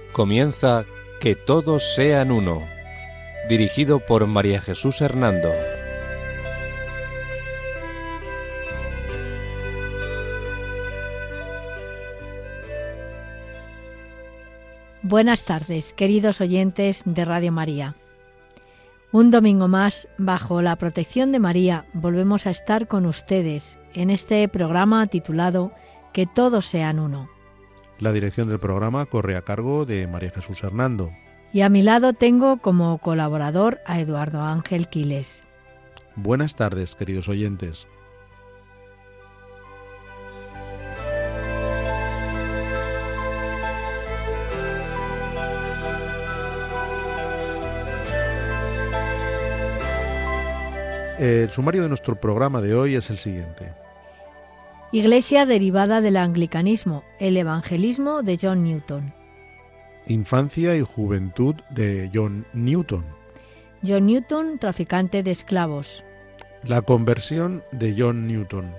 Comienza Que todos sean uno, dirigido por María Jesús Hernando. Buenas tardes, queridos oyentes de Radio María. Un domingo más, bajo la protección de María, volvemos a estar con ustedes en este programa titulado Que todos sean uno. La dirección del programa corre a cargo de María Jesús Hernando. Y a mi lado tengo como colaborador a Eduardo Ángel Quiles. Buenas tardes, queridos oyentes. El sumario de nuestro programa de hoy es el siguiente. Iglesia derivada del anglicanismo, el evangelismo de John Newton. Infancia y juventud de John Newton. John Newton, traficante de esclavos. La conversión de John Newton.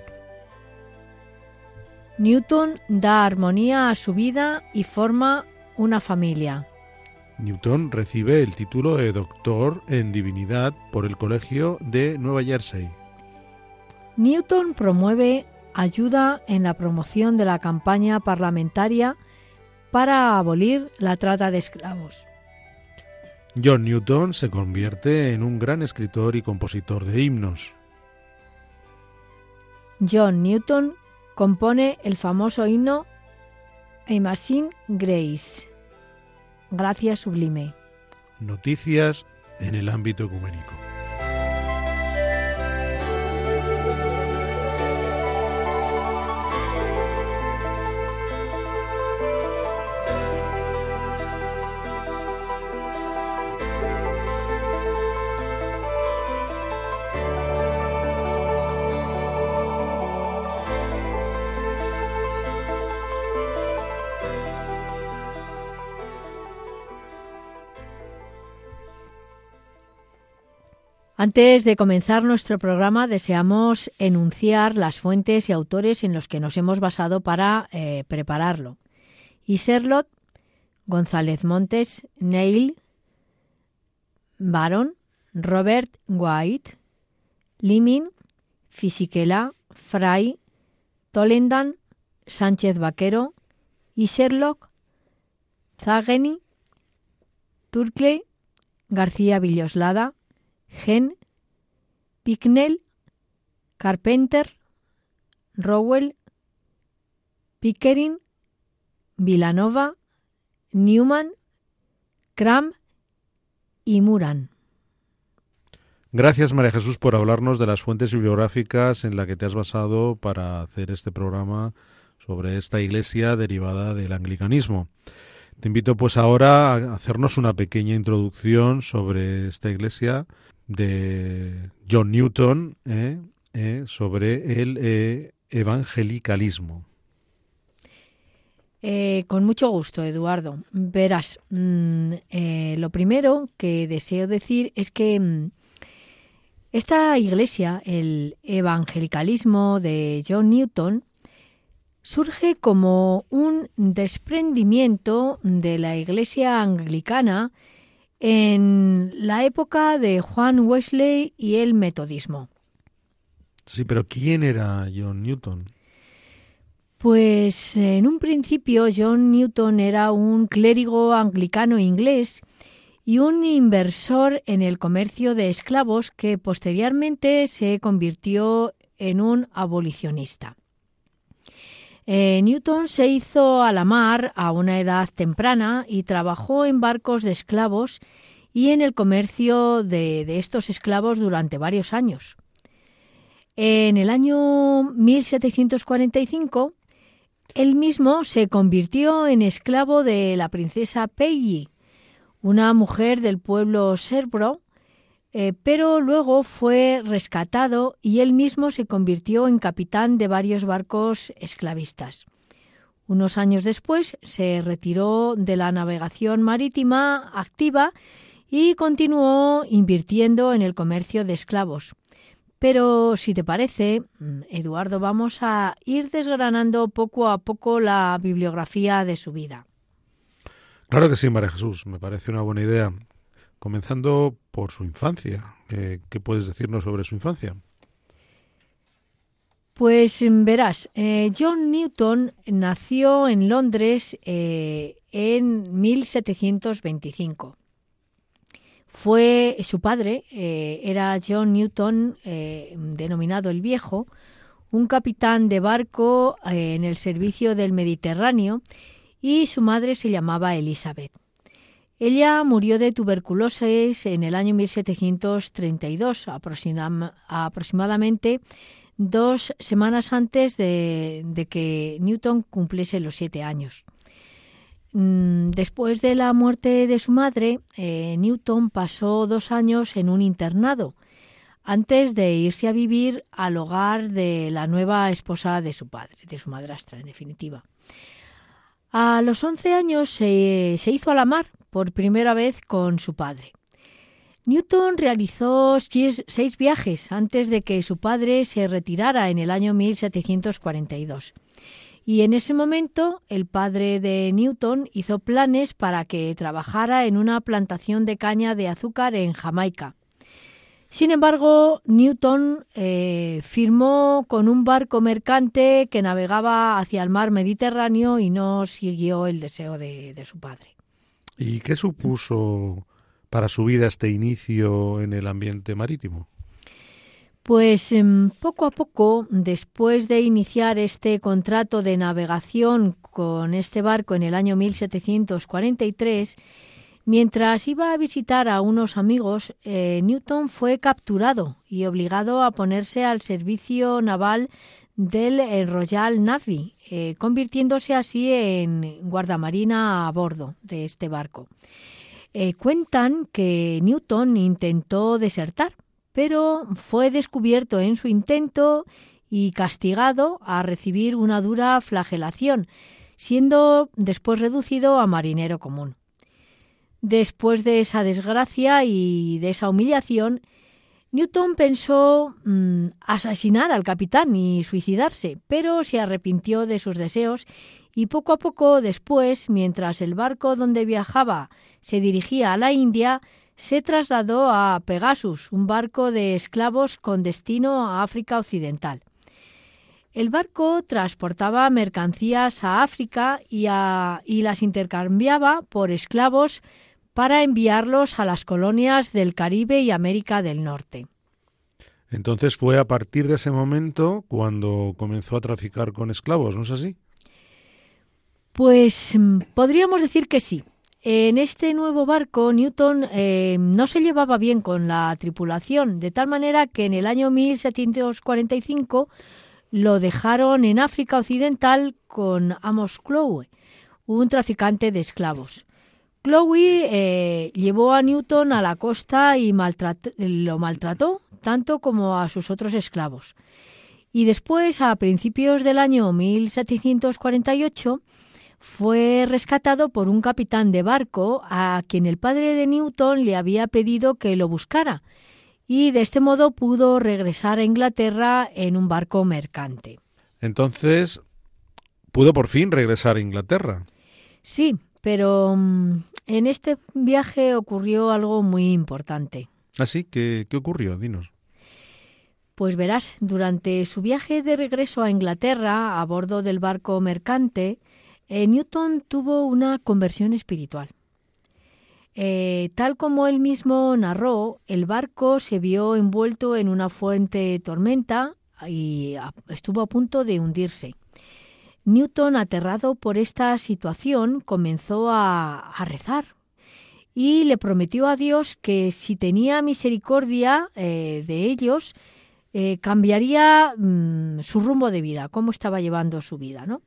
Newton da armonía a su vida y forma una familia. Newton recibe el título de doctor en divinidad por el Colegio de Nueva Jersey. Newton promueve ayuda en la promoción de la campaña parlamentaria para abolir la trata de esclavos. John Newton se convierte en un gran escritor y compositor de himnos. John Newton compone el famoso himno Amazing Grace, Gracia Sublime. Noticias en el ámbito ecuménico. Antes de comenzar nuestro programa, deseamos enunciar las fuentes y autores en los que nos hemos basado para prepararlo. Iserlohn, González Montes, Neil, Baron, Robert White, Limin, Fisichella, Fray, Tolendan, Sánchez Vaquero, Iserlohn, Zageni, Turkley, García Villoslada, Gen, Picknell, Carpenter, Rowell, Pickering, Vilanova, Newman, Cram y Muran. Gracias, María Jesús, por hablarnos de las fuentes bibliográficas en las que te has basado para hacer este programa sobre esta iglesia derivada del anglicanismo. Te invito pues ahora a hacernos una pequeña introducción sobre esta iglesia de John Newton, sobre el evangelicalismo. Con mucho gusto, Eduardo. Verás, lo primero que deseo decir es que esta iglesia, el evangelicalismo de John Newton, surge como un desprendimiento de la iglesia anglicana en la época de Juan Wesley y el metodismo. Sí, pero ¿quién era John Newton? Pues en un principio John Newton era un clérigo anglicano inglés y un inversor en el comercio de esclavos que posteriormente se convirtió en un abolicionista. Newton se hizo a la mar a una edad temprana y trabajó en barcos de esclavos y en el comercio de estos esclavos durante varios años. En el año 1745, él mismo se convirtió en esclavo de la princesa Peggy, una mujer del pueblo serbro, pero luego fue rescatado y él mismo se convirtió en capitán de varios barcos esclavistas. Unos años después se retiró de la navegación marítima activa y continuó invirtiendo en el comercio de esclavos. Pero si te parece, Eduardo, vamos a ir desgranando poco a poco la bibliografía de su vida. Claro que sí, María Jesús, me parece una buena idea. Comenzando por su infancia. ¿Qué puedes decirnos sobre su infancia? Pues verás, John Newton nació en Londres en 1725. Su padre era John Newton, denominado el Viejo, un capitán de barco en el servicio del Mediterráneo, y su madre se llamaba Elizabeth. Ella murió de tuberculosis en el año 1732, aproximadamente 2 semanas antes de que Newton cumpliese los 7 años. Después de la muerte de su madre, Newton pasó 2 años en un internado, antes de irse a vivir al hogar de la nueva esposa de su padre, de su madrastra, en definitiva. A los 11 años se hizo a la mar por primera vez con su padre. Newton realizó 6 viajes antes de que su padre se retirara en el año 1742. Y en ese momento el padre de Newton hizo planes para que trabajara en una plantación de caña de azúcar en Jamaica. Sin embargo, Newton firmó con un barco mercante que navegaba hacia el mar Mediterráneo y no siguió el deseo de su padre. ¿Y qué supuso para su vida este inicio en el ambiente marítimo? Pues poco a poco, después de iniciar este contrato de navegación con este barco en el año 1743, mientras iba a visitar a unos amigos, Newton fue capturado y obligado a ponerse al servicio naval del Royal Navy, convirtiéndose así en guardamarina a bordo de este barco. Cuentan que Newton intentó desertar, pero fue descubierto en su intento y castigado a recibir una dura flagelación, siendo después reducido a marinero común. Después de esa desgracia y de esa humillación, Newton pensó asesinar al capitán y suicidarse, pero se arrepintió de sus deseos y poco a poco después, mientras el barco donde viajaba se dirigía a la India, se trasladó a Pegasus, un barco de esclavos con destino a África Occidental. El barco transportaba mercancías a África y las intercambiaba por esclavos para enviarlos a las colonias del Caribe y América del Norte. Entonces fue a partir de ese momento cuando comenzó a traficar con esclavos, ¿no es así? Pues podríamos decir que sí. En este nuevo barco, Newton no se llevaba bien con la tripulación, de tal manera que en el año 1745 lo dejaron en África Occidental con Amos Chloe, un traficante de esclavos. Chloe llevó a Newton a la costa y lo maltrató, tanto como a sus otros esclavos. Y después, a principios del año 1748, fue rescatado por un capitán de barco a quien el padre de Newton le había pedido que lo buscara, y de este modo pudo regresar a Inglaterra en un barco mercante. Entonces, ¿pudo por fin regresar a Inglaterra? Sí, pero en este viaje ocurrió algo muy importante. ¿Así? ¿Qué ocurrió? Dinos. Pues verás, durante su viaje de regreso a Inglaterra a bordo del barco mercante, Newton tuvo una conversión espiritual. Tal como él mismo narró, el barco se vio envuelto en una fuerte tormenta y estuvo a punto de hundirse. Newton, aterrado por esta situación, comenzó a rezar y le prometió a Dios que si tenía misericordia de ellos, cambiaría su rumbo de vida, cómo estaba llevando su vida, ¿no?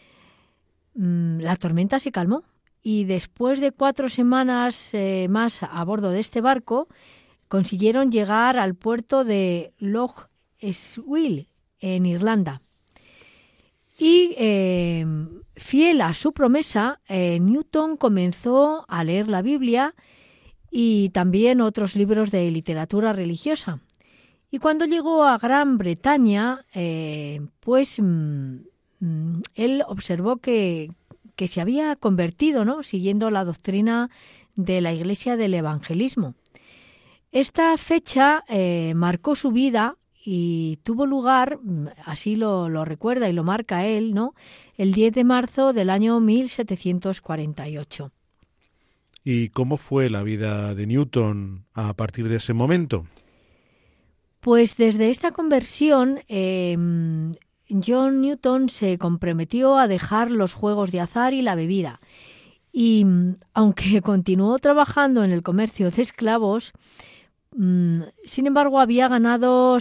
La tormenta se calmó y después de 4 semanas más a bordo de este barco, consiguieron llegar al puerto de Lough Swilly, en Irlanda. Y fiel a su promesa, Newton comenzó a leer la Biblia y también otros libros de literatura religiosa. Y cuando llegó a Gran Bretaña, él observó que que se había convertido, ¿no?, siguiendo la doctrina de la Iglesia del Evangelismo. Esta fecha marcó su vida y tuvo lugar, así lo recuerda y lo marca él, ¿no?, el 10 de marzo del año 1748. ¿Y cómo fue la vida de Newton a partir de ese momento? Pues desde esta conversión, John Newton se comprometió a dejar los juegos de azar y la bebida. Y aunque continuó trabajando en el comercio de esclavos, sin embargo había ganado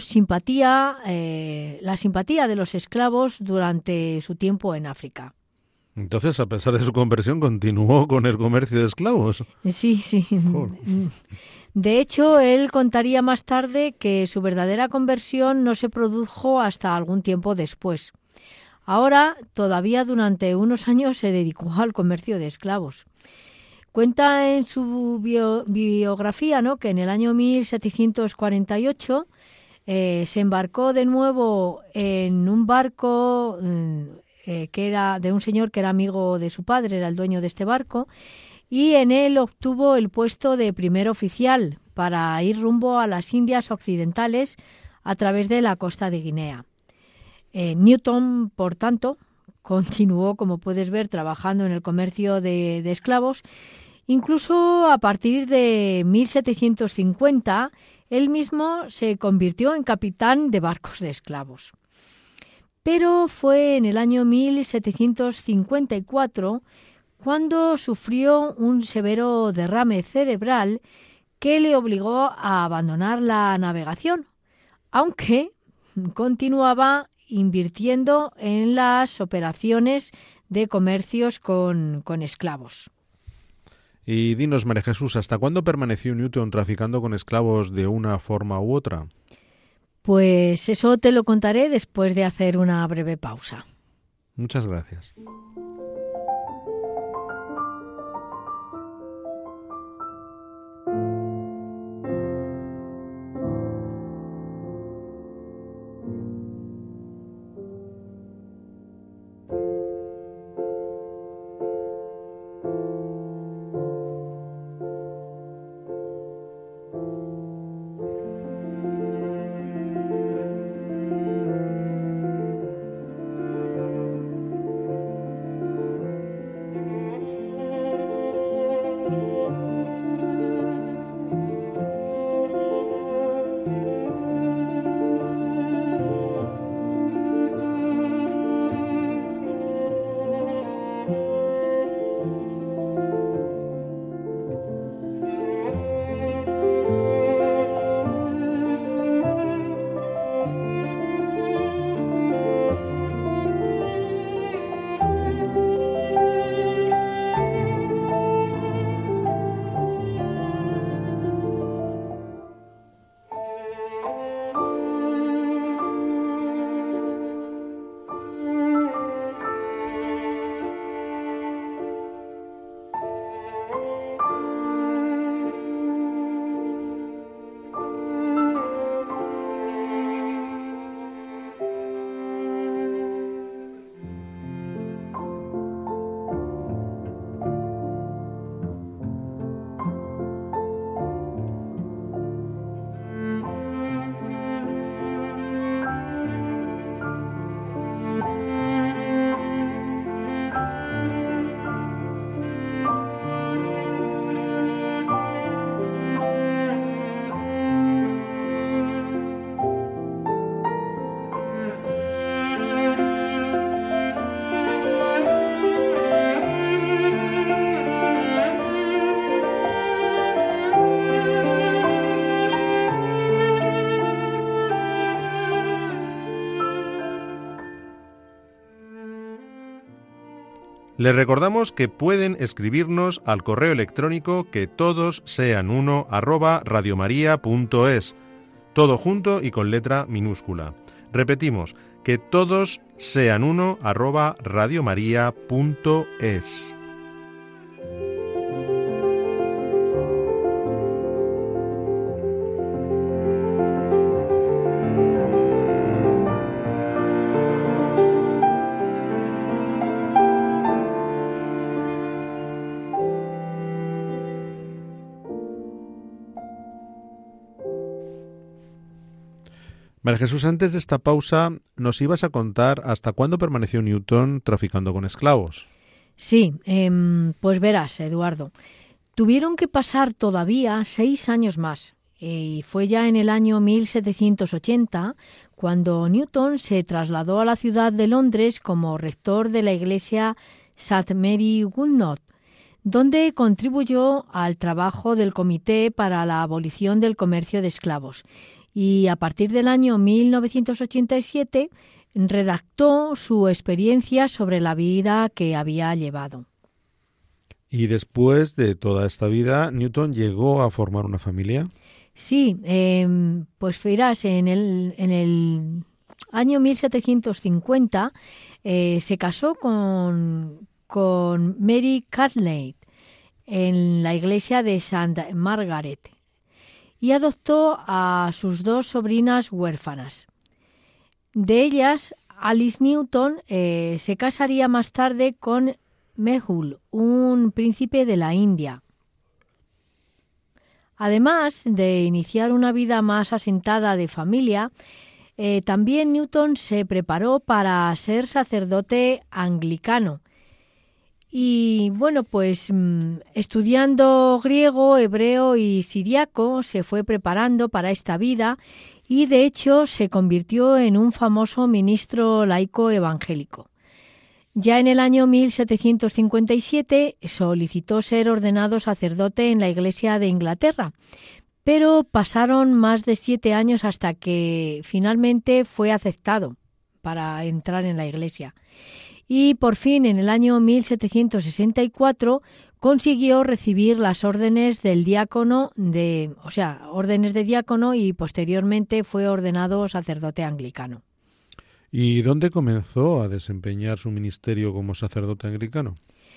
la simpatía de los esclavos durante su tiempo en África. Entonces, a pesar de su conversión, continuó con el comercio de esclavos. Sí. Joder. De hecho, él contaría más tarde que su verdadera conversión no se produjo hasta algún tiempo después. Ahora, todavía durante unos años se dedicó al comercio de esclavos. Cuenta en su biografía, ¿no?, que en el año 1748 se embarcó de nuevo en un barco que era de un señor que era amigo de su padre, era el dueño de este barco, y en él obtuvo el puesto de primer oficial para ir rumbo a las Indias Occidentales a través de la costa de Guinea. Newton, por tanto, continuó, como puedes ver, trabajando en el comercio de esclavos. Incluso a partir de 1750, él mismo se convirtió en capitán de barcos de esclavos. Pero fue en el año 1754 cuando sufrió un severo derrame cerebral que le obligó a abandonar la navegación, aunque continuaba invirtiendo en las operaciones de comercios con esclavos. Y dinos, María Jesús, ¿hasta cuándo permaneció Newton traficando con esclavos de una forma u otra? Pues eso te lo contaré después de hacer una breve pausa. Muchas gracias. Les recordamos que pueden escribirnos al correo electrónico que todos sean uno @radiomaria.es, todo junto y con letra minúscula. Repetimos, que todos sean uno @radiomaria.es. María Jesús, antes de esta pausa, nos ibas a contar hasta cuándo permaneció Newton traficando con esclavos. Sí, pues verás, Eduardo, tuvieron que pasar todavía 6 años más. Y fue ya en el año 1780 cuando Newton se trasladó a la ciudad de Londres como rector de la iglesia St. Mary Woodnot, donde contribuyó al trabajo del Comité para la Abolición del Comercio de Esclavos. Y a partir del año 1987 redactó su experiencia sobre la vida que había llevado. Y después de toda esta vida, ¿Newton llegó a formar una familia? Sí, pues verás, en el año 1750 se casó con Mary Catlett en la iglesia de St. Margaret y adoptó a sus 2 sobrinas huérfanas. De ellas, Alice Newton se casaría más tarde con Mehul, un príncipe de la India. Además de iniciar una vida más asentada de familia, también Newton se preparó para ser sacerdote anglicano. Y bueno, pues estudiando griego, hebreo y siriaco se fue preparando para esta vida y de hecho se convirtió en un famoso ministro laico evangélico. Ya en el año 1757 solicitó ser ordenado sacerdote en la Iglesia de Inglaterra, pero pasaron más de 7 años hasta que finalmente fue aceptado para entrar en la Iglesia. Y por fin, en el año 1764, consiguió recibir las órdenes del órdenes de diácono y posteriormente fue ordenado sacerdote anglicano. ¿Y dónde comenzó a desempeñar su ministerio como sacerdote anglicano?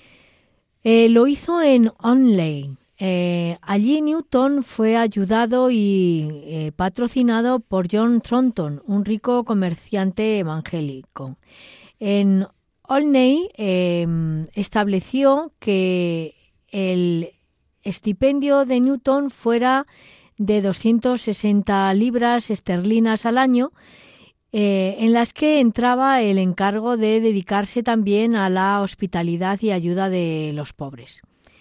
Lo hizo en Olney. Allí Newton fue ayudado y patrocinado por John Thornton, un rico comerciante evangélico. En Olney estableció que el estipendio de Newton fuera de 260 libras esterlinas al año, en las que entraba el encargo de dedicarse también a la hospitalidad y ayuda de los pobres.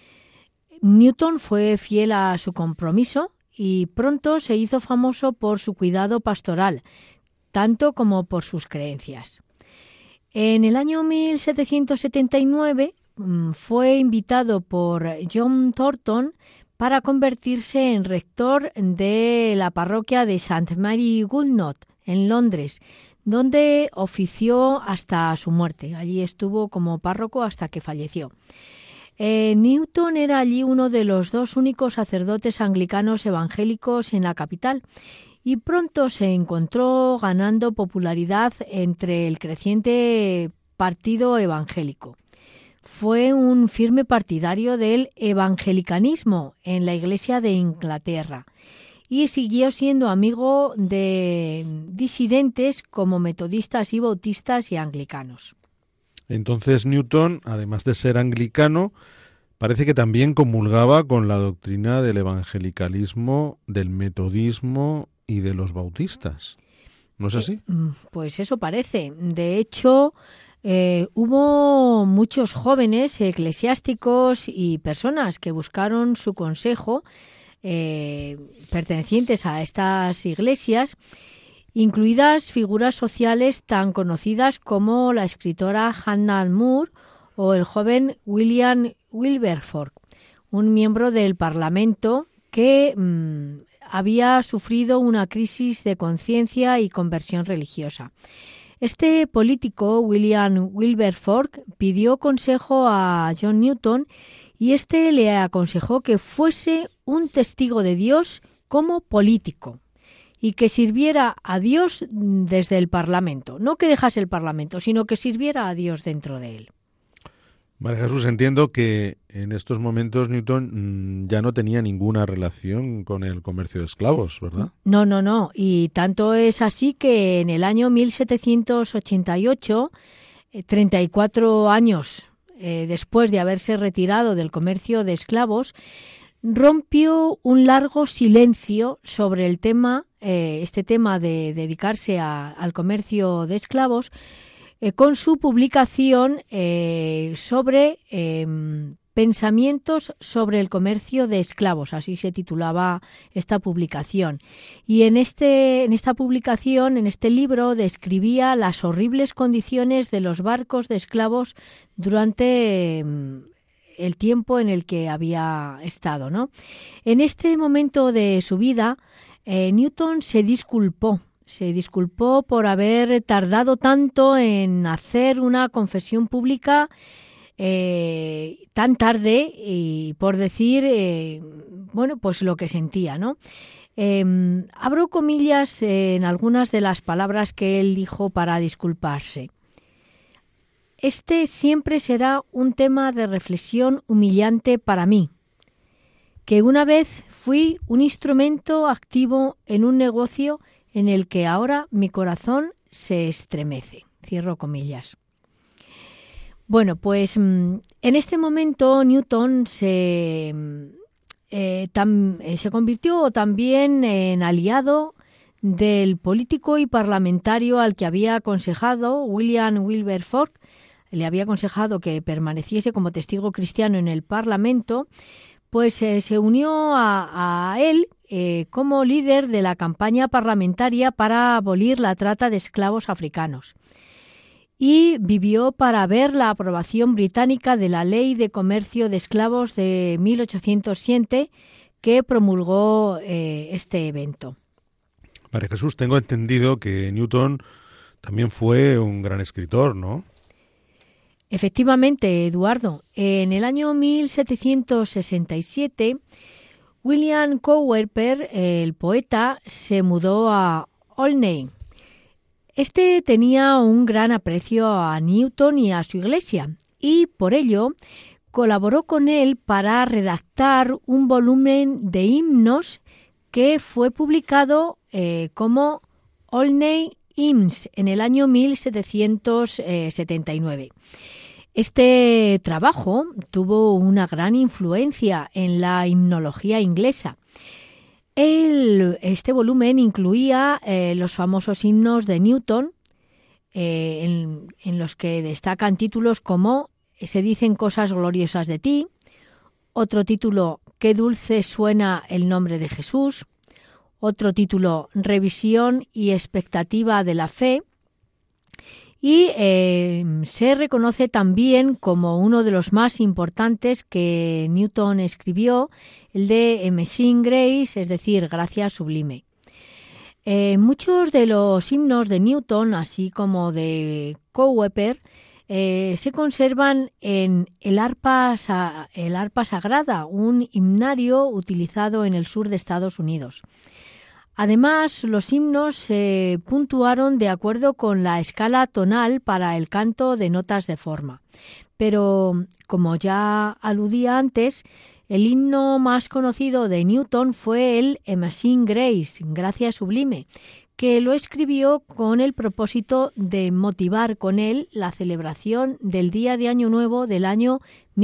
Newton fue fiel a su compromiso y pronto se hizo famoso por su cuidado pastoral, tanto como por sus creencias. En el año 1779 fue invitado por John Thornton para convertirse en rector de la parroquia de St. Mary Woodnot, en Londres, donde ofició hasta su muerte. Allí estuvo como párroco hasta que falleció. Newton era allí uno de los 2 únicos sacerdotes anglicanos evangélicos en la capital y pronto se encontró ganando popularidad entre el creciente partido evangélico. Fue un firme partidario del evangelicanismo en la Iglesia de Inglaterra y siguió siendo amigo de disidentes como metodistas y bautistas y anglicanos. Entonces Newton, además de ser anglicano, parece que también comulgaba con la doctrina del evangelicalismo, del metodismo y de los bautistas. ¿No es así? Pues eso parece. De hecho, hubo muchos jóvenes eclesiásticos y personas que buscaron su consejo pertenecientes a estas iglesias, incluidas figuras sociales tan conocidas como la escritora Hannah More o el joven William Wilberforce, un miembro del Parlamento que había sufrido una crisis de conciencia y conversión religiosa. Este político, William Wilberforce, pidió consejo a John Newton y éste le aconsejó que fuese un testigo de Dios como político y que sirviera a Dios desde el Parlamento. No que dejase el Parlamento, sino que sirviera a Dios dentro de él. María Jesús, entiendo que en estos momentos Newton ya no tenía ninguna relación con el comercio de esclavos, ¿verdad? No. Y tanto es así que en el año 1788, 34 años después de haberse retirado del comercio de esclavos, rompió un largo silencio sobre el tema, este tema de dedicarse al comercio de esclavos, con su publicación sobre pensamientos sobre el comercio de esclavos, así se titulaba esta publicación. Y en esta publicación, en este libro, describía las horribles condiciones de los barcos de esclavos durante el tiempo en el que había estado, ¿no? En este momento de su vida, Newton se disculpó por haber tardado tanto en hacer una confesión pública tan tarde, y por decir, pues lo que sentía, ¿no? Abro comillas en algunas de las palabras que él dijo para disculparse. Este siempre será un tema de reflexión humillante para mí, que una vez fui un instrumento activo en un negocio en el que ahora mi corazón se estremece. Cierro comillas. Bueno, pues en este momento Newton se convirtió también en aliado del político y parlamentario al que había aconsejado William Wilberforce. Le había aconsejado que permaneciese como testigo cristiano en el Parlamento, pues se unió a él como líder de la campaña parlamentaria para abolir la trata de esclavos africanos. Y vivió para ver la aprobación británica de la Ley de Comercio de Esclavos de 1807, que promulgó este evento. María Jesús, tengo entendido que Newton también fue un gran escritor, ¿no? Efectivamente, Eduardo. En el año 1767, William Cowper, el poeta, se mudó a Olney. Este tenía un gran aprecio a Newton y a su iglesia, y por ello colaboró con él para redactar un volumen de himnos que fue publicado como Olney Hymns en el año 1779. Este trabajo tuvo una gran influencia en la himnología inglesa. Este volumen incluía los famosos himnos de Newton, en los que destacan títulos como Se dicen cosas gloriosas de ti, otro título Qué dulce suena el nombre de Jesús, otro título Revisión y expectativa de la fe, y se reconoce también como uno de los más importantes que Newton escribió, el de Amazing Grace, es decir, Gracia Sublime. Muchos de los himnos de Newton, así como de Cowper, se conservan en el arpa sagrada, un himnario utilizado en el sur de Estados Unidos. Además, los himnos se puntuaron de acuerdo con la escala tonal para el canto de notas de forma. Pero, como ya aludía antes, el himno más conocido de Newton fue el Amazing Grace, Gracia Sublime, que lo escribió con el propósito de motivar con él la celebración del Día de Año Nuevo del año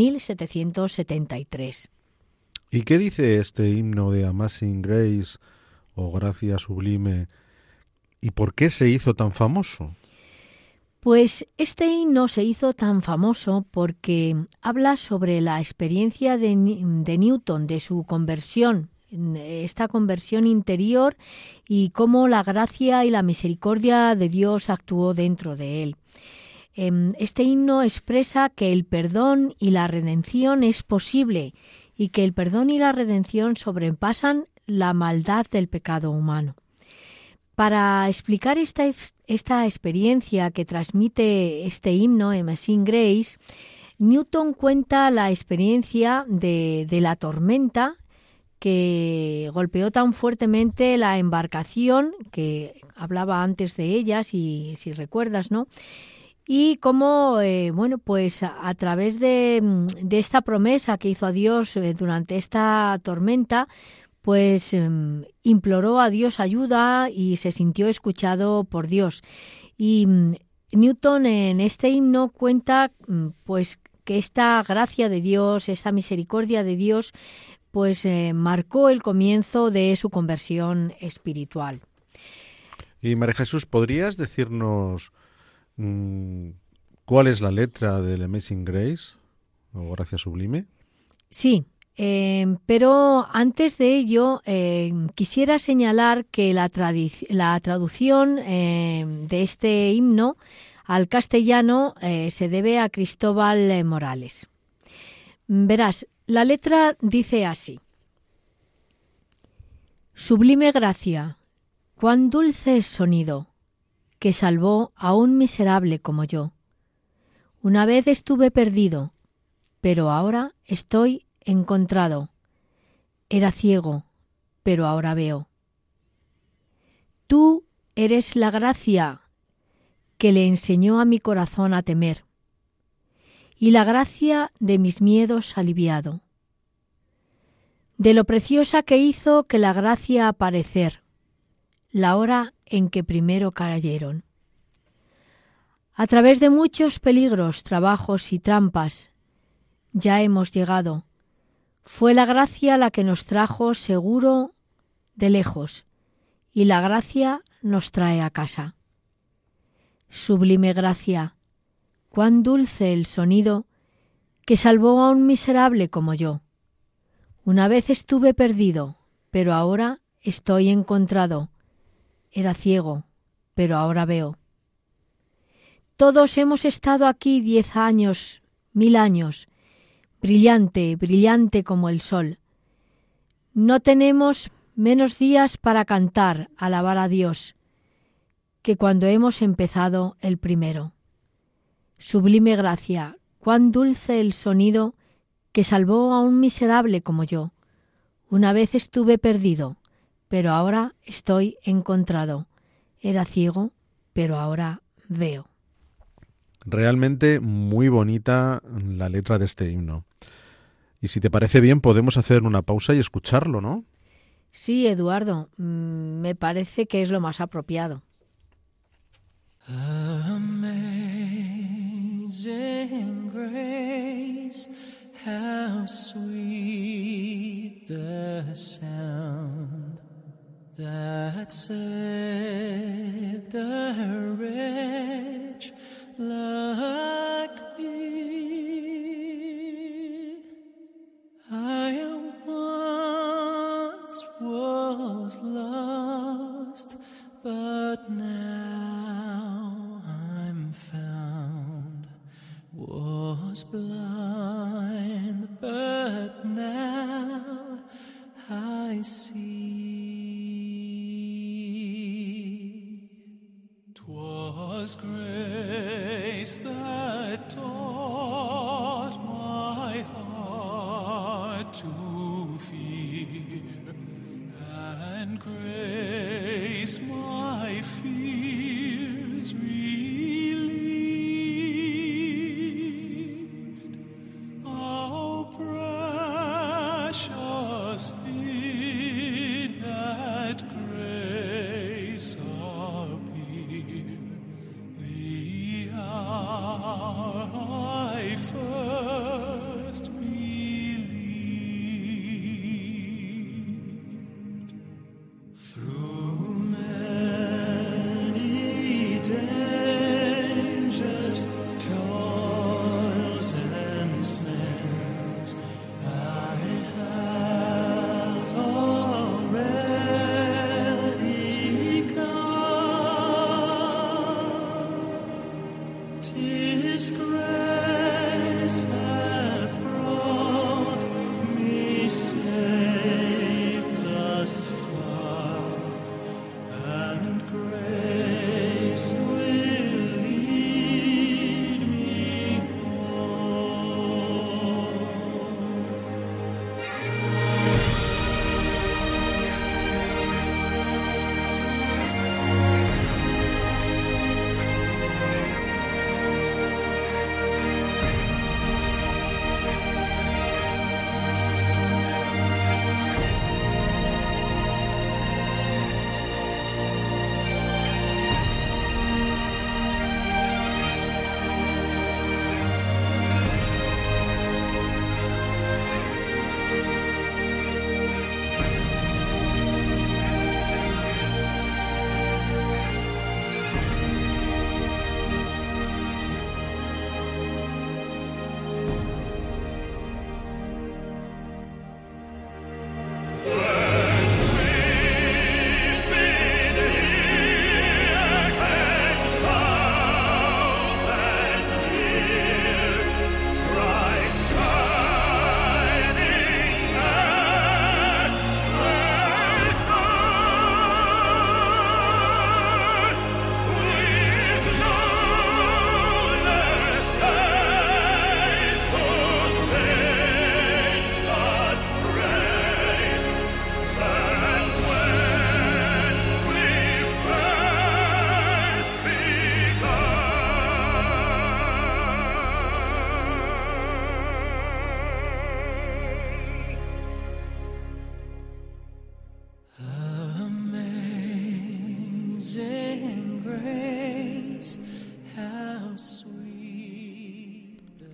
1773. ¿Y qué dice este himno de Amazing Grace o Gracia Sublime, y por qué se hizo tan famoso? Pues este himno se hizo tan famoso porque habla sobre la experiencia de Newton, de su conversión, esta conversión interior, y cómo la gracia y la misericordia de Dios actuó dentro de él. Este himno expresa que el perdón y la redención es posible y que el perdón y la redención sobrepasan la maldad del pecado humano. Para explicar esta experiencia que transmite este himno, Amazing Grace, Newton cuenta la experiencia de la tormenta que golpeó tan fuertemente la embarcación, que hablaba antes de ella, si recuerdas, ¿no? Y cómo, pues a través de esta promesa que hizo a Dios durante esta tormenta, pues imploró a Dios ayuda y se sintió escuchado por Dios. Y Newton en este himno cuenta pues que esta gracia de Dios, esta misericordia de Dios, pues marcó el comienzo de su conversión espiritual. Y María Jesús, ¿podrías decirnos cuál es la letra del Amazing Grace o Gracia Sublime? Sí, pero antes de ello quisiera señalar que la traducción de este himno al castellano se debe a Cristóbal Morales. Verás, la letra dice así: Sublime gracia, cuán dulce es sonido, que salvó a un miserable como yo. Una vez estuve perdido, pero ahora estoy encontrado. Era ciego, pero ahora veo. Tú eres la gracia que le enseñó a mi corazón a temer, y la gracia de mis miedos aliviado. De lo preciosa que hizo que la gracia aparecer, la hora en que primero cayeron. A través de muchos peligros, trabajos y trampas, ya hemos llegado. Fue la gracia la que nos trajo seguro de lejos, y la gracia nos trae a casa. Sublime gracia, cuán dulce el sonido que salvó a un miserable como yo. Una vez estuve perdido, pero ahora estoy encontrado. Era ciego, pero ahora veo. Todos hemos estado aquí 10 años, 1000 años, brillante, brillante como el sol. No tenemos menos días para cantar, alabar a Dios, que cuando hemos empezado el primero. Sublime gracia, cuán dulce el sonido que salvó a un miserable como yo. Una vez estuve perdido, pero ahora estoy encontrado. Era ciego, pero ahora veo. Realmente muy bonita la letra de este himno. Y si te parece bien, podemos hacer una pausa y escucharlo, ¿no? Sí, Eduardo, me parece que es lo más apropiado. Amazing grace, how sweet the sound that saved a wretch like me. I once was lost, but now I'm found. Was blind, but now I see. 'Twas grace that taught my heart to fear, and grace my fears relieved.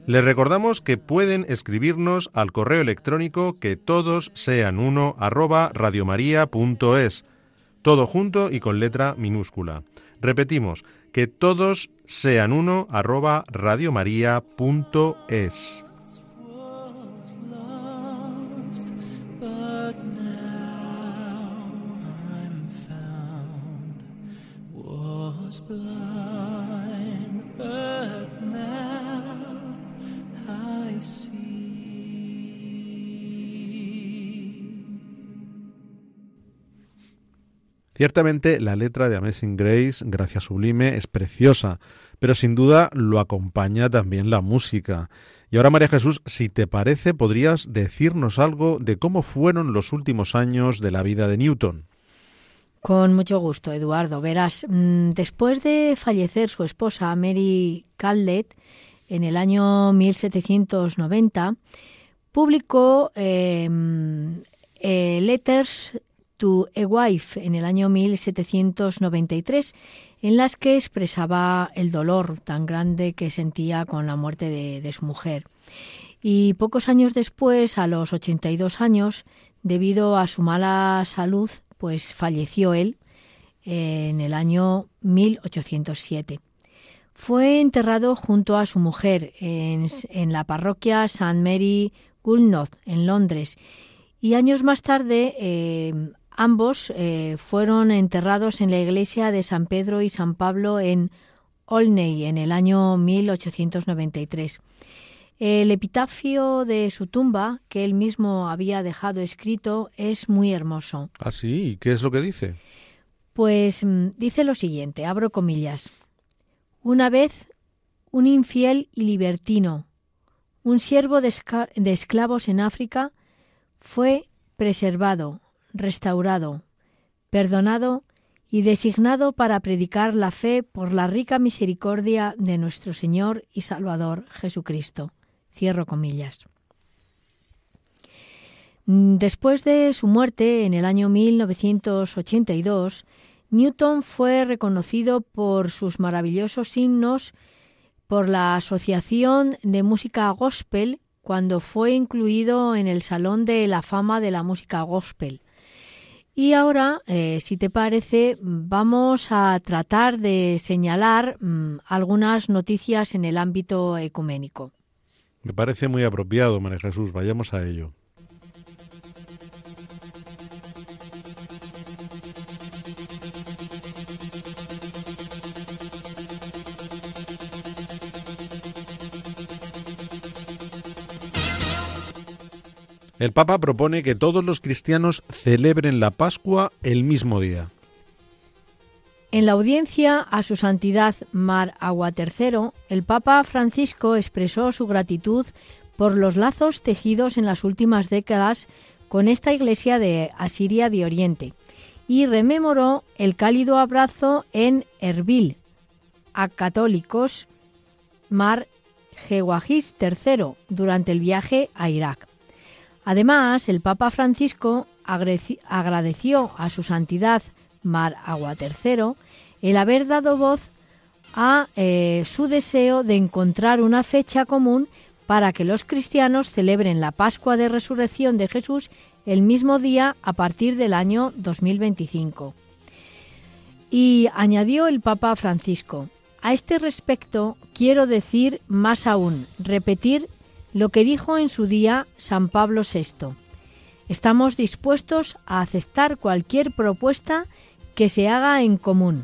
Les recordamos que pueden escribirnos al correo electrónico quetodoseanuno@radiomaria.es, todo junto y con letra minúscula. Repetimos, quetodoseanuno@radiomaria.es. Ciertamente la letra de Amazing Grace, Gracia Sublime, es preciosa, pero sin duda lo acompaña también la música. Y ahora, María Jesús, si te parece, podrías decirnos algo de cómo fueron los últimos años de la vida de Newton. Con mucho gusto, Eduardo. Verás, después de fallecer su esposa Mary Caldet en el año 1790, publicó Letters to a Wife en el año 1793, en las que expresaba el dolor tan grande que sentía con la muerte de su mujer. Y pocos años después, a los 82 años, debido a su mala salud, pues falleció él en el año 1807. Fue enterrado junto a su mujer en la parroquia St. Mary Woolnoth, en Londres, y años más tarde ambos fueron enterrados en la iglesia de San Pedro y San Pablo en Olney en el año 1893. El epitafio de su tumba, que él mismo había dejado escrito, es muy hermoso. ¿Ah, sí? ¿Y qué es lo que dice? Pues dice lo siguiente, abro comillas. Una vez, un infiel y libertino, un siervo de esclavos en África, fue preservado, restaurado, perdonado y designado para predicar la fe por la rica misericordia de nuestro Señor y Salvador Jesucristo. Cierro comillas. Después de su muerte, en el año 1982, Newton fue reconocido por sus maravillosos himnos por la Asociación de Música Gospel cuando fue incluido en el Salón de la Fama de la Música Gospel. Y ahora, si te parece, vamos a tratar de señalar algunas noticias en el ámbito ecuménico. Me parece muy apropiado, María Jesús. Vayamos a ello. El Papa propone que todos los cristianos celebren la Pascua el mismo día. En la audiencia a su santidad Mar Agua III, el Papa Francisco expresó su gratitud por los lazos tejidos en las últimas décadas con esta iglesia de Asiria de Oriente y rememoró el cálido abrazo en Erbil a católicos Mar Gewahis III durante el viaje a Irak. Además, el Papa Francisco agradeció a su santidad Mar Agua III el haber dado voz a su deseo de encontrar una fecha común para que los cristianos celebren la Pascua de Resurrección de Jesús el mismo día a partir del año 2025. Y añadió el Papa Francisco: a este respecto quiero decir más aún, repetir lo que dijo en su día San Pablo VI. Estamos dispuestos a aceptar cualquier propuesta que se haga en común.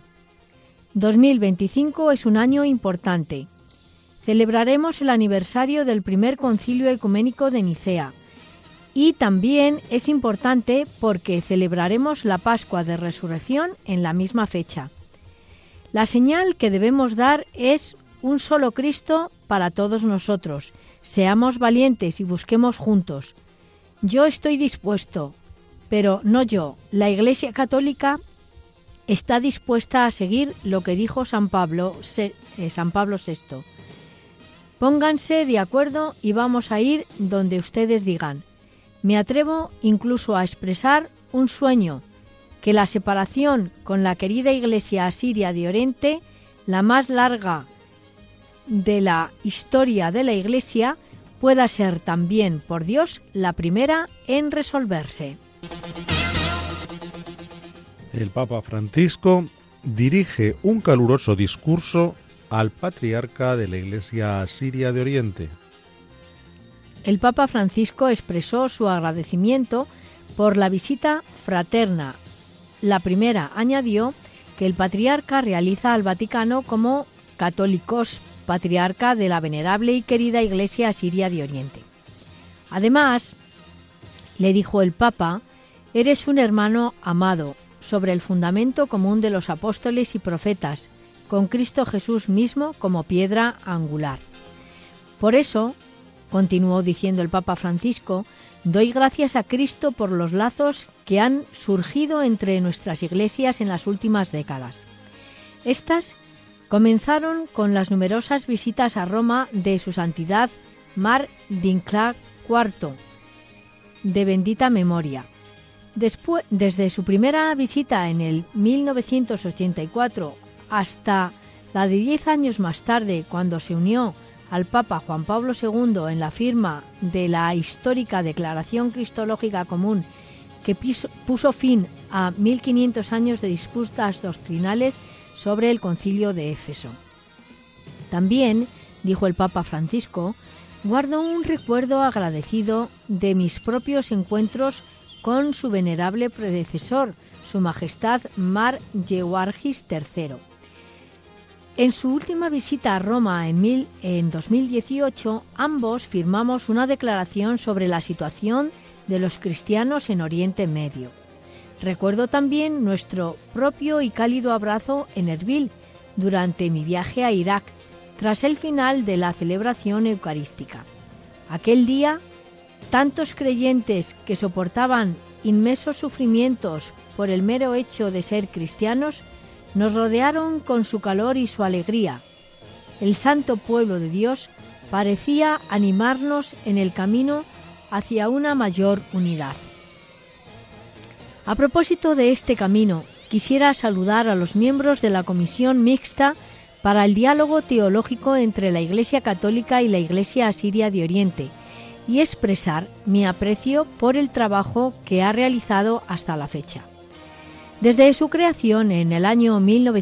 2025 es un año importante. Celebraremos el aniversario del primer concilio ecuménico de Nicea. Y también es importante porque celebraremos la Pascua de Resurrección en la misma fecha. La señal que debemos dar es un solo Cristo para todos nosotros. Seamos valientes y busquemos juntos. Yo estoy dispuesto, pero no yo. La Iglesia Católica está dispuesta a seguir lo que dijo San Pablo VI. Pónganse de acuerdo y vamos a ir donde ustedes digan. Me atrevo incluso a expresar un sueño, que la separación con la querida Iglesia asiria de Oriente, la más larga de la historia de la Iglesia pueda ser también por Dios la primera en resolverse. El Papa Francisco dirige un caluroso discurso al patriarca de la Iglesia Siria de Oriente. El Papa Francisco expresó su agradecimiento por la visita fraterna. La primera añadió que el patriarca realiza al Vaticano como católicos patriarca de la venerable y querida Iglesia Siria de Oriente. Además, le dijo el Papa, eres un hermano amado, sobre el fundamento común de los apóstoles y profetas, con Cristo Jesús mismo como piedra angular. Por eso, continuó diciendo el Papa Francisco, doy gracias a Cristo por los lazos que han surgido entre nuestras iglesias en las últimas décadas. Estas comenzaron con las numerosas visitas a Roma de su santidad Mar Dinclà IV, de bendita memoria. Desde su primera visita en el 1984 hasta la de 10 años más tarde, cuando se unió al Papa Juan Pablo II en la firma de la histórica Declaración Cristológica Común que puso fin a 1500 años de disputas doctrinales sobre el Concilio de Éfeso. También, dijo el Papa Francisco, guardo un recuerdo agradecido de mis propios encuentros con su venerable predecesor, Su Majestad Mar Georgis III. En su última visita a Roma en 2018, ambos firmamos una declaración sobre la situación de los cristianos en Oriente Medio. Recuerdo también nuestro propio y cálido abrazo en Erbil durante mi viaje a Irak, tras el final de la celebración eucarística. Aquel día, tantos creyentes que soportaban inmensos sufrimientos por el mero hecho de ser cristianos, nos rodearon con su calor y su alegría. El santo pueblo de Dios parecía animarnos en el camino hacia una mayor unidad. A propósito de este camino, quisiera saludar a los miembros de la Comisión Mixta para el Diálogo Teológico entre la Iglesia Católica y la Iglesia Asiria de Oriente y expresar mi aprecio por el trabajo que ha realizado hasta la fecha. Desde su creación en el año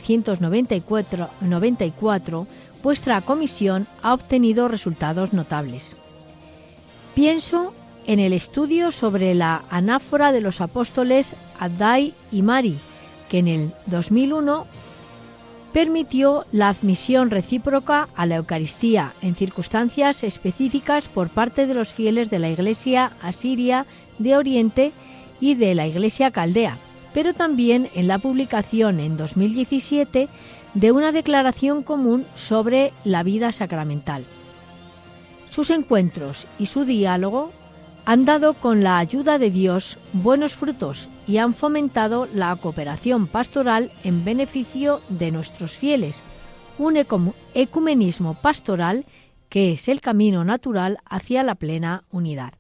1994, vuestra comisión ha obtenido resultados notables. Pienso en el estudio sobre la anáfora de los apóstoles Addai y Mari, que en el 2001 permitió la admisión recíproca a la Eucaristía en circunstancias específicas por parte de los fieles de la Iglesia Asiria de Oriente y de la Iglesia Caldea, pero también en la publicación en 2017 de una declaración común sobre la vida sacramental. Sus encuentros y su diálogo han dado con la ayuda de Dios buenos frutos y han fomentado la cooperación pastoral en beneficio de nuestros fieles, un ecumenismo pastoral que es el camino natural hacia la plena unidad.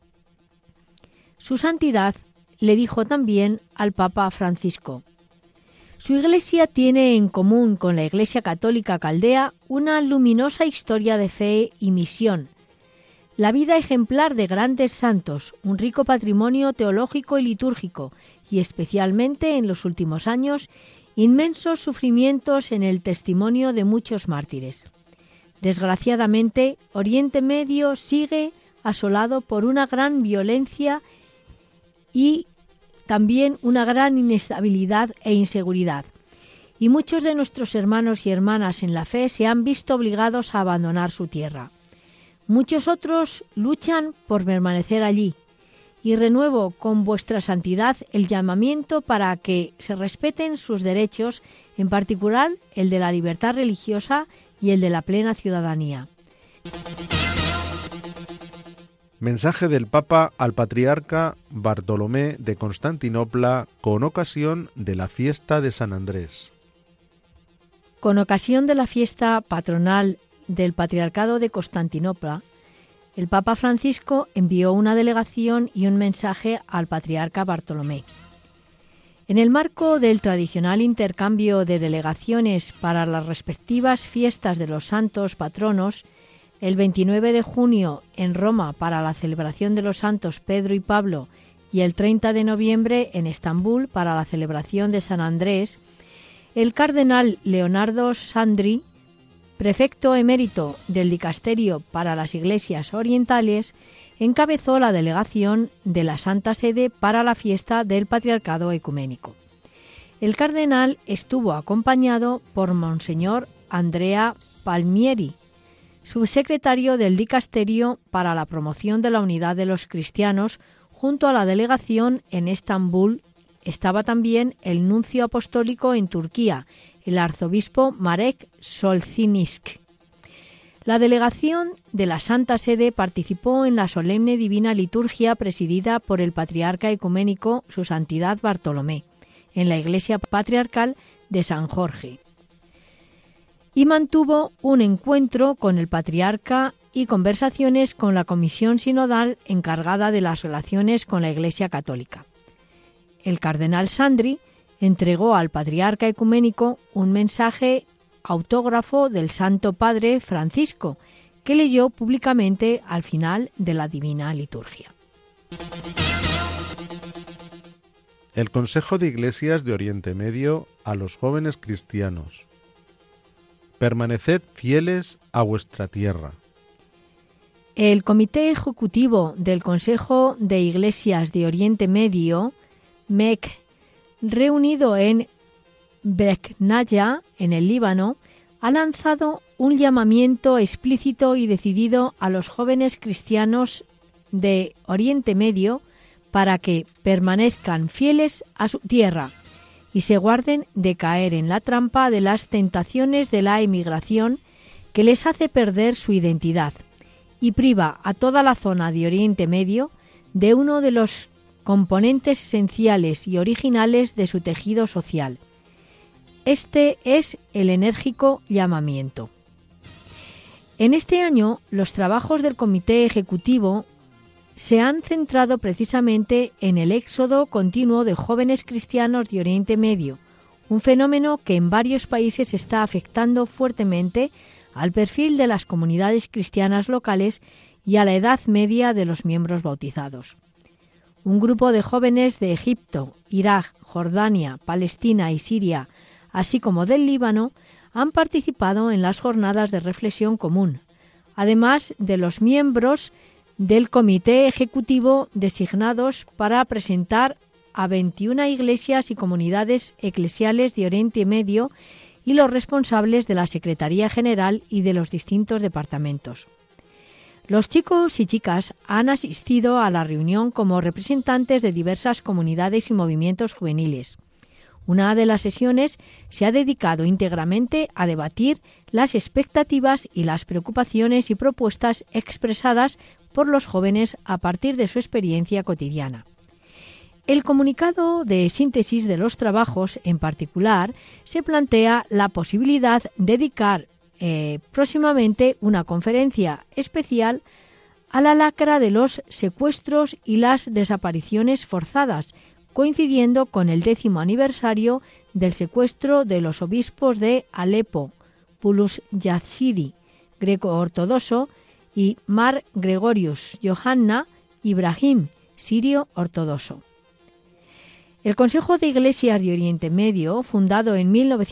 Su Santidad le dijo también al Papa Francisco: su Iglesia tiene en común con la Iglesia Católica Caldea una luminosa historia de fe y misión, la vida ejemplar de grandes santos, un rico patrimonio teológico y litúrgico, y especialmente en los últimos años, inmensos sufrimientos en el testimonio de muchos mártires. Desgraciadamente, Oriente Medio sigue asolado por una gran violencia y también una gran inestabilidad e inseguridad, y muchos de nuestros hermanos y hermanas en la fe se han visto obligados a abandonar su tierra. Muchos otros luchan por permanecer allí, y renuevo con vuestra santidad el llamamiento para que se respeten sus derechos, en particular el de la libertad religiosa y el de la plena ciudadanía. Mensaje del Papa al Patriarca Bartolomé de Constantinopla con ocasión de la fiesta de San Andrés. Con ocasión de la fiesta patronal del Patriarcado de Constantinopla, el Papa Francisco envió una delegación y un mensaje al Patriarca Bartolomé. En el marco del tradicional intercambio de delegaciones para las respectivas fiestas de los santos patronos, el 29 de junio en Roma para la celebración de los santos Pedro y Pablo y el 30 de noviembre en Estambul para la celebración de San Andrés, el cardenal Leonardo Sandri, prefecto emérito del Dicasterio para las Iglesias Orientales, encabezó la delegación de la Santa Sede para la fiesta del Patriarcado Ecuménico. El cardenal estuvo acompañado por Monseñor Andrea Palmieri, subsecretario del Dicasterio para la promoción de la unidad de los cristianos. Junto a la delegación en Estambul estaba también el nuncio apostólico en Turquía, el arzobispo Marek Solzhenitsyn. La delegación de la Santa Sede participó en la solemne divina liturgia presidida por el patriarca ecuménico Su Santidad Bartolomé, en la iglesia patriarcal de San Jorge, y mantuvo un encuentro con el patriarca y conversaciones con la comisión sinodal encargada de las relaciones con la Iglesia Católica. El cardenal Sandri entregó al patriarca ecuménico un mensaje autógrafo del Santo Padre Francisco, que leyó públicamente al final de la Divina Liturgia. El Consejo de Iglesias de Oriente Medio a los jóvenes cristianos. Permaneced fieles a vuestra tierra. El Comité Ejecutivo del Consejo de Iglesias de Oriente Medio, MEC, reunido en Breknaya, en el Líbano, ha lanzado un llamamiento explícito y decidido a los jóvenes cristianos de Oriente Medio para que permanezcan fieles a su tierra y se guarden de caer en la trampa de las tentaciones de la emigración que les hace perder su identidad y priva a toda la zona de Oriente Medio de uno de los componentes esenciales y originales de su tejido social. Este es el enérgico llamamiento. En este año, los trabajos del Comité Ejecutivo se han centrado precisamente en el éxodo continuo de jóvenes cristianos de Oriente Medio, un fenómeno que en varios países está afectando fuertemente al perfil de las comunidades cristianas locales y a la edad media de los miembros bautizados. Un grupo de jóvenes de Egipto, Irak, Jordania, Palestina y Siria, así como del Líbano, han participado en las jornadas de reflexión común, además de los miembros del Comité Ejecutivo designados para presentar a 21 iglesias y comunidades eclesiales de Oriente Medio y los responsables de la Secretaría General y de los distintos departamentos. Los chicos y chicas han asistido a la reunión como representantes de diversas comunidades y movimientos juveniles. Una de las sesiones se ha dedicado íntegramente a debatir las expectativas y las preocupaciones y propuestas expresadas por los jóvenes a partir de su experiencia cotidiana. El comunicado de síntesis de los trabajos, en particular, se plantea la posibilidad de dedicar próximamente una conferencia especial a la lacra de los secuestros y las desapariciones forzadas, coincidiendo con el 10º aniversario del secuestro de los obispos de Alepo, Pulus Yazidi, greco-ortodoxo, y Mar Gregorius Johanna Ibrahim, sirio-ortodoxo. El Consejo de Iglesias de Oriente Medio, fundado en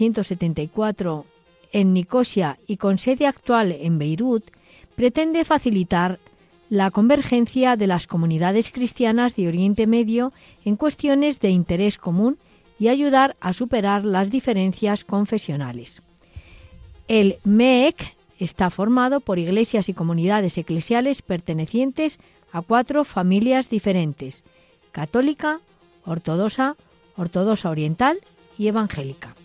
1974 en Nicosia y con sede actual en Beirut, pretende facilitar la convergencia de las comunidades cristianas de Oriente Medio en cuestiones de interés común y ayudar a superar las diferencias confesionales. El MEC está formado por iglesias y comunidades eclesiales pertenecientes a 4 familias diferentes: católica, ortodoxa, ortodoxa oriental y evangélica.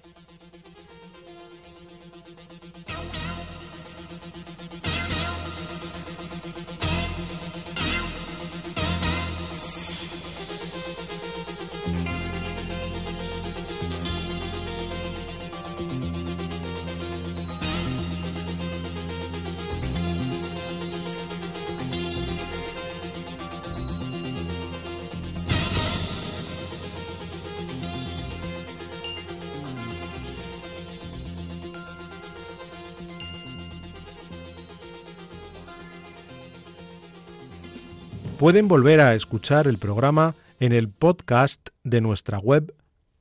Pueden volver a escuchar el programa en el podcast de nuestra web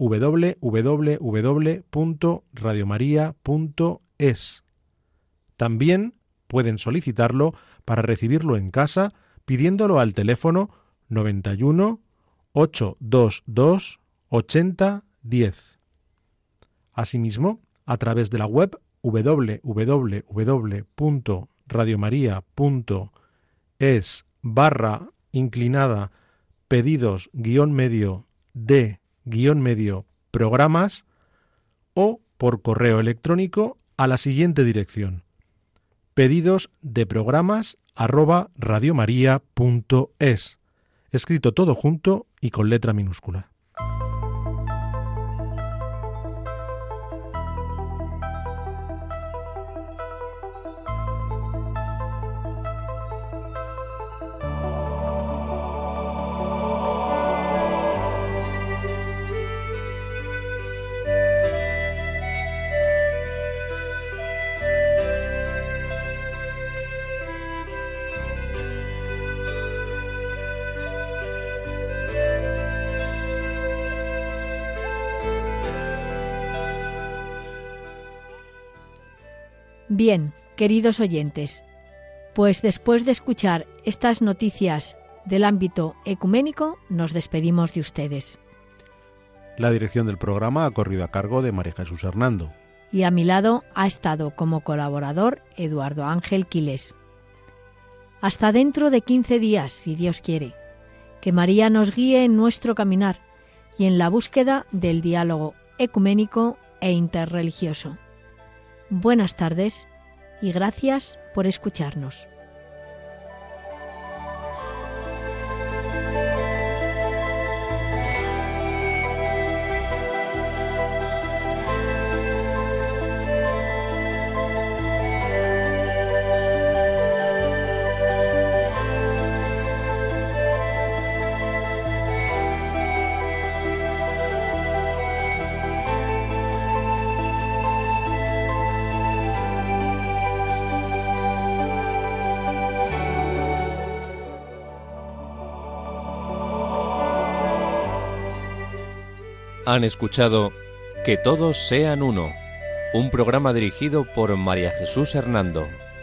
www.radiomaria.es. También pueden solicitarlo para recibirlo en casa pidiéndolo al teléfono 91 822 80 10. Asimismo, a través de la web www.radiomaria.es/inclinada pedidos-medio programas o por correo electrónico a la siguiente dirección: pedidosdeprogramas@radiomaria.es, escrito todo junto y con letra minúscula. Bien, queridos oyentes, pues después de escuchar estas noticias del ámbito ecuménico, nos despedimos de ustedes. La dirección del programa ha corrido a cargo de María Jesús Hernando. Y a mi lado ha estado como colaborador Eduardo Ángel Quilés. Hasta dentro de 15 días, si Dios quiere. Que María nos guíe en nuestro caminar y en la búsqueda del diálogo ecuménico e interreligioso. Buenas tardes y gracias por escucharnos. Han escuchado Que todos sean uno, un programa dirigido por María Jesús Hernando.